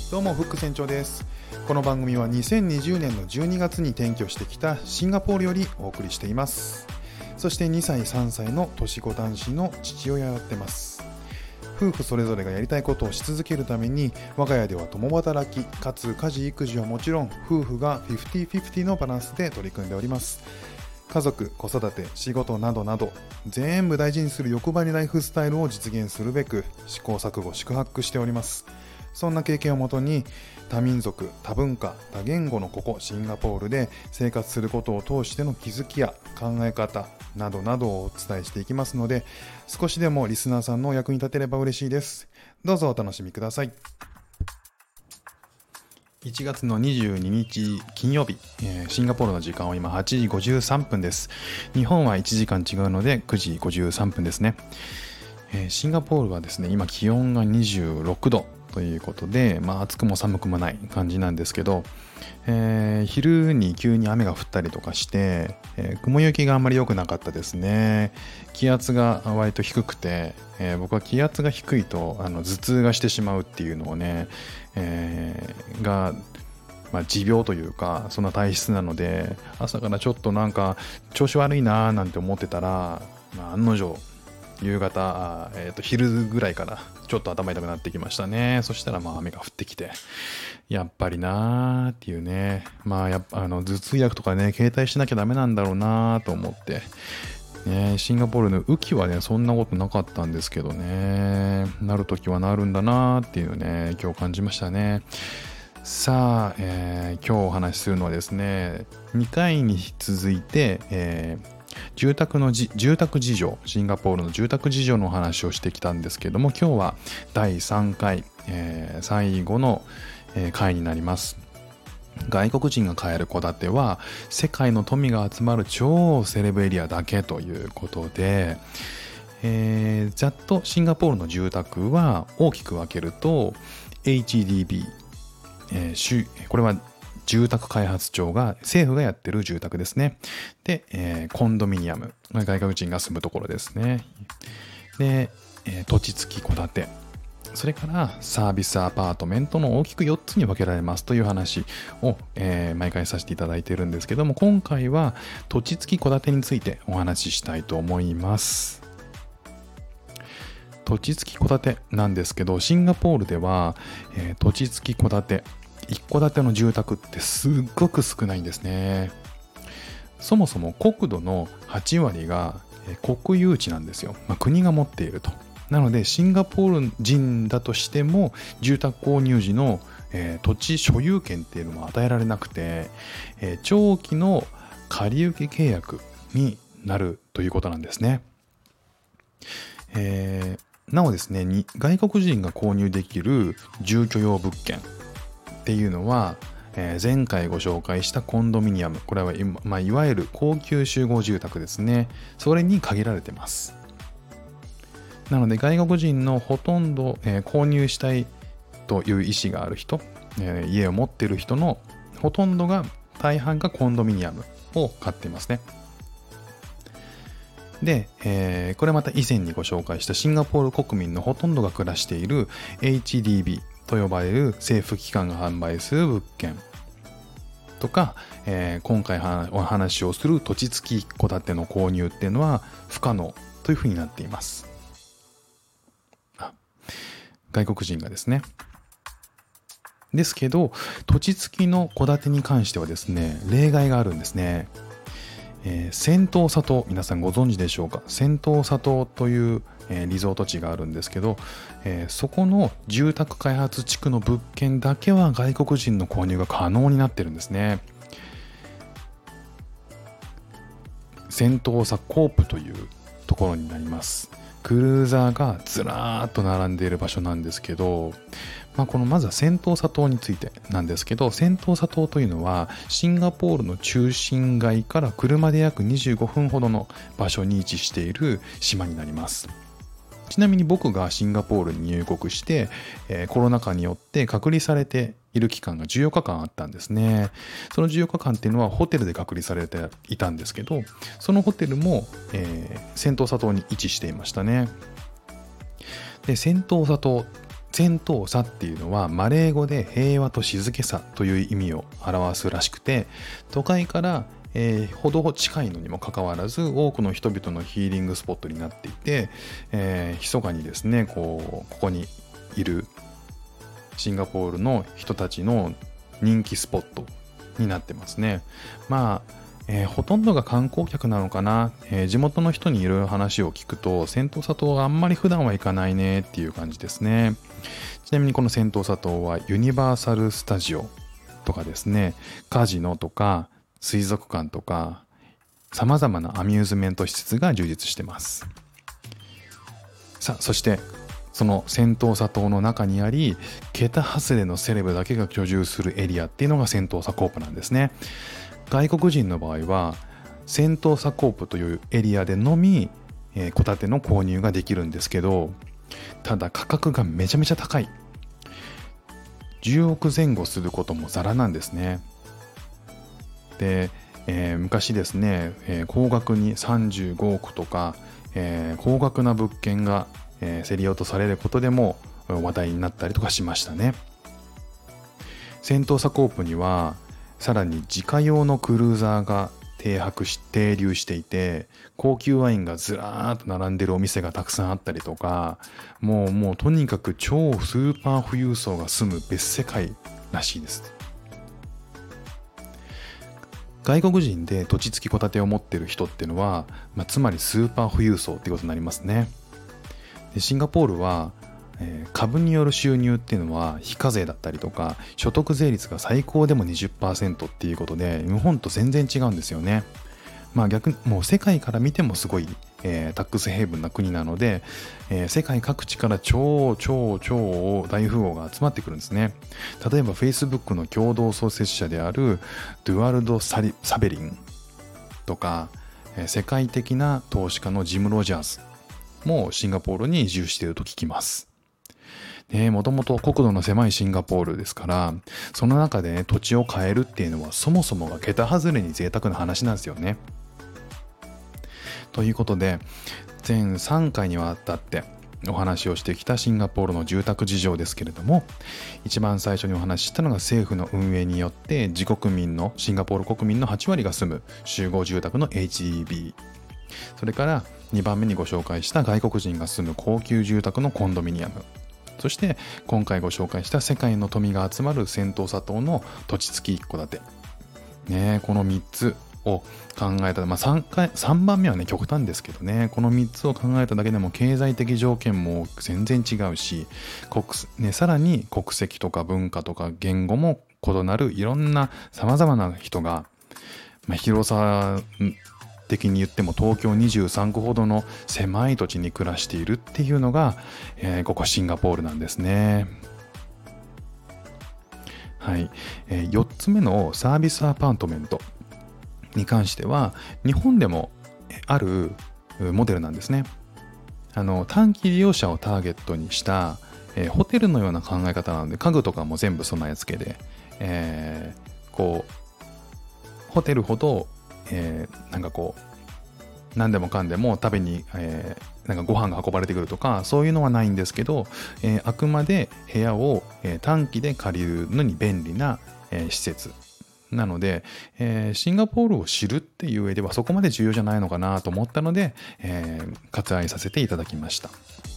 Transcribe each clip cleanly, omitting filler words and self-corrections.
どうもフック船長です。この番組は2020年の12月に転居してきたシンガポールよりお送りしています。そして2歳3歳の年子男子の父親をやってます。夫婦それぞれがやりたいことをし続けるために、我が家では共働きかつ家事育児はもちろん、夫婦が 50-50 のバランスで取り組んでおります。家族、子育て、仕事などなど全部大事にする欲張りライフスタイルを実現するべく試行錯誤宿泊しております。そんな経験をもとに、多民族、多文化、多言語のここシンガポールで生活することを通しての気づきや考え方などなどをお伝えしていきますので、少しでもリスナーさんのお役に立てれば嬉しいです。どうぞお楽しみください。1月の22日金曜日、シンガポールの時間は今8時53分です。日本は1時間違うので9時53分ですね。シンガポールはですね、今気温が26度ということで、暑くも寒くもない感じなんですけど、昼に急に雨が降ったりとかして、雲行きがあんまり良くなかったですね。気圧が割と低くて、僕は気圧が低いと頭痛がしてしまうっていうのをね、持病というかそんな体質なので、朝からちょっとなんか調子悪いなーなんて思ってたら、案の定夕方、昼ぐらいからちょっと頭痛くなってきましたね。そしたら雨が降ってきて、やっぱりなーっていうね、やっぱ頭痛薬とかね、携帯しなきゃダメなんだろうなーと思って、シンガポールの雨季はね、そんなことなかったんですけどね、なるときはなるんだなーっていうね、今日感じましたね。さあ、今日お話しするのはですね、2回に続いて、住宅事情、シンガポールの住宅事情のお話をしてきたんですけども、今日は第3回、最後の、回になります。外国人が買える戸建ては世界の富が集まる超セレブエリアだけということで、ざっとシンガポールの住宅は大きく分けると HDB、これは住宅開発庁が政府がやってる住宅ですね。で、コンドミニアム、外国人が住むところですね。で、土地付き戸建て、それからサービスアパートメントの大きく4つに分けられますという話を、毎回させていただいているんですけども、今回は土地付き戸建てについてお話ししたいと思います。土地付き戸建てなんですけど、シンガポールでは、土地付き戸建て、一戸建ての住宅ってすっごく少ないんですね。そもそも国土の8割が国有地なんですよ。国が持っていると。なのでシンガポール人だとしても住宅購入時の、土地所有権っていうのも与えられなくて、長期の借受契約になるということなんですね。なおですね、外国人が購入できる住居用物件っていうのは、前回ご紹介したコンドミニアム、これは、いわゆる高級集合住宅ですね。それに限られてます。なので外国人のほとんど、購入したいという意思がある人、家を持っている人のほとんどが大半がコンドミニアムを買っていますね。で、これまた以前にご紹介したシンガポール国民のほとんどが暮らしている HDBと呼ばれる政府機関が販売する物件とか、今回お話をする土地付き戸建ての購入っていうのは不可能というふうになっています。外国人がですね。ですけど、土地付きの戸建てに関してはですね、例外があるんですね。セントーサ島、皆さんご存知でしょうか。セントーサ島という、リゾート地があるんですけど、そこの住宅開発地区の物件だけは外国人の購入が可能になってるんですね。セントーサコープというところになります。クルーザーがずらーっと並んでいる場所なんですけど、まずはセントーサ島についてなんですけど、セントーサ島というのはシンガポールの中心街から車で約25分ほどの場所に位置している島になります。ちなみに僕がシンガポールに入国して、コロナ禍によって隔離されている期間が14日間あったんですね。その14日間っていうのはホテルで隔離されていたんですけど、そのホテルも、セントーサ島に位置していましたね。で、セントーサ島セントーサっていうのはマレー語で平和と静けさという意味を表すらしくて、都会からほど近いのにもかかわらず多くの人々のヒーリングスポットになっていて、密かにですねここにいるシンガポールの人たちの人気スポットになってますね。ほとんどが観光客なのかな。地元の人にいろいろ話を聞くと、セントーサ島はあんまり普段は行かないねっていう感じですね。ちなみにこのセントーサ島はユニバーサルスタジオとかですね、カジノとか水族館とか様々なアミューズメント施設が充実してます。さあ、そしてそのセントーサ島の中にあり、桁外れのセレブだけが居住するエリアっていうのがセントーサコープなんですね。外国人の場合はセントーサコープというエリアでのみ戸建ての購入ができるんですけど、ただ価格がめちゃめちゃ高い。10億前後することもザラなんですね。で、昔ですね、高額に35億とか、高額な物件が、競り落とされることでも話題になったりとかしましたね。セントーサコープにはさらに自家用のクルーザーが停留していて、高級ワインがずらーっと並んでるお店がたくさんあったりとか、もうとにかく超スーパー富裕層が住む別世界らしいです。外国人で土地付き戸建てを持ってる人っていうのは、つまりスーパー富裕層っていうことになりますね。でシンガポールは株による収入っていうのは非課税だったりとか、所得税率が最高でも 20% っていうことで、日本と全然違うんですよね。逆にもう世界から見てもすごい、タックスヘイブンな国なので、世界各地から超大富豪が集まってくるんですね。例えば Facebook の共同創設者であるドゥワルド・サベリンとか、世界的な投資家のジム・ロジャーズもシンガポールに移住していると聞きます。もともと国土の狭いシンガポールですから、その中で、土地を買えるっていうのはそもそもが桁外れに贅沢な話なんですよね。ということで、全3回にわたってお話をしてきたシンガポールの住宅事情ですけれども、一番最初にお話ししたのが政府の運営によってシンガポール国民の8割が住む集合住宅の HDB、 それから2番目にご紹介した外国人が住む高級住宅のコンドミニアム、そして今回ご紹介した世界の富が集まるセントーサ島の土地付き一戸建て、この3つを考えたら、3番目はね極端ですけどね、この3つを考えただけでも経済的条件も全然違うし、さらに国籍とか文化とか言語も異なるいろんな様々な人が、広さ的に言っても東京23区ほどの狭い土地に暮らしているっていうのが、ここシンガポールなんですね。はい、4つ目のサービスアパートメントに関しては日本でもあるモデルなんですね。短期利用者をターゲットにした、ホテルのような考え方なので、家具とかも全部備え付けで、ホテルほど何でもかんでも食べに、ご飯が運ばれてくるとかそういうのはないんですけど、あくまで部屋を、短期で借りるのに便利な、施設なので、シンガポールを知るっていう上ではそこまで重要じゃないのかなと思ったので、割愛させていただきました。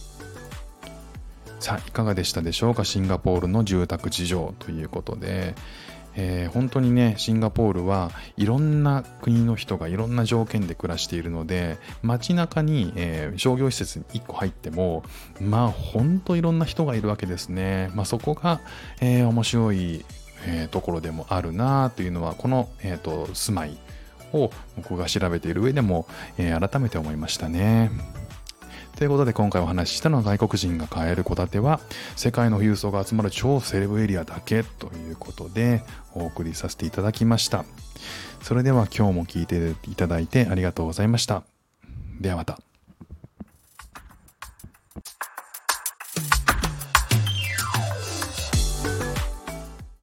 さあいかがでしたでしょうか。シンガポールの住宅事情ということで、本当にねシンガポールはいろんな国の人がいろんな条件で暮らしているので、街中に、商業施設に1個入っても本当いろんな人がいるわけですね。そこが、面白い、ところでもあるなというのは、この、住まいを僕が調べている上でも、改めて思いましたね。ということで今回お話ししたのは、外国人が買える戸建ては世界の富裕層が集まる超セレブエリアだけということでお送りさせていただきました。それでは今日も聞いていただいてありがとうございました。ではまた。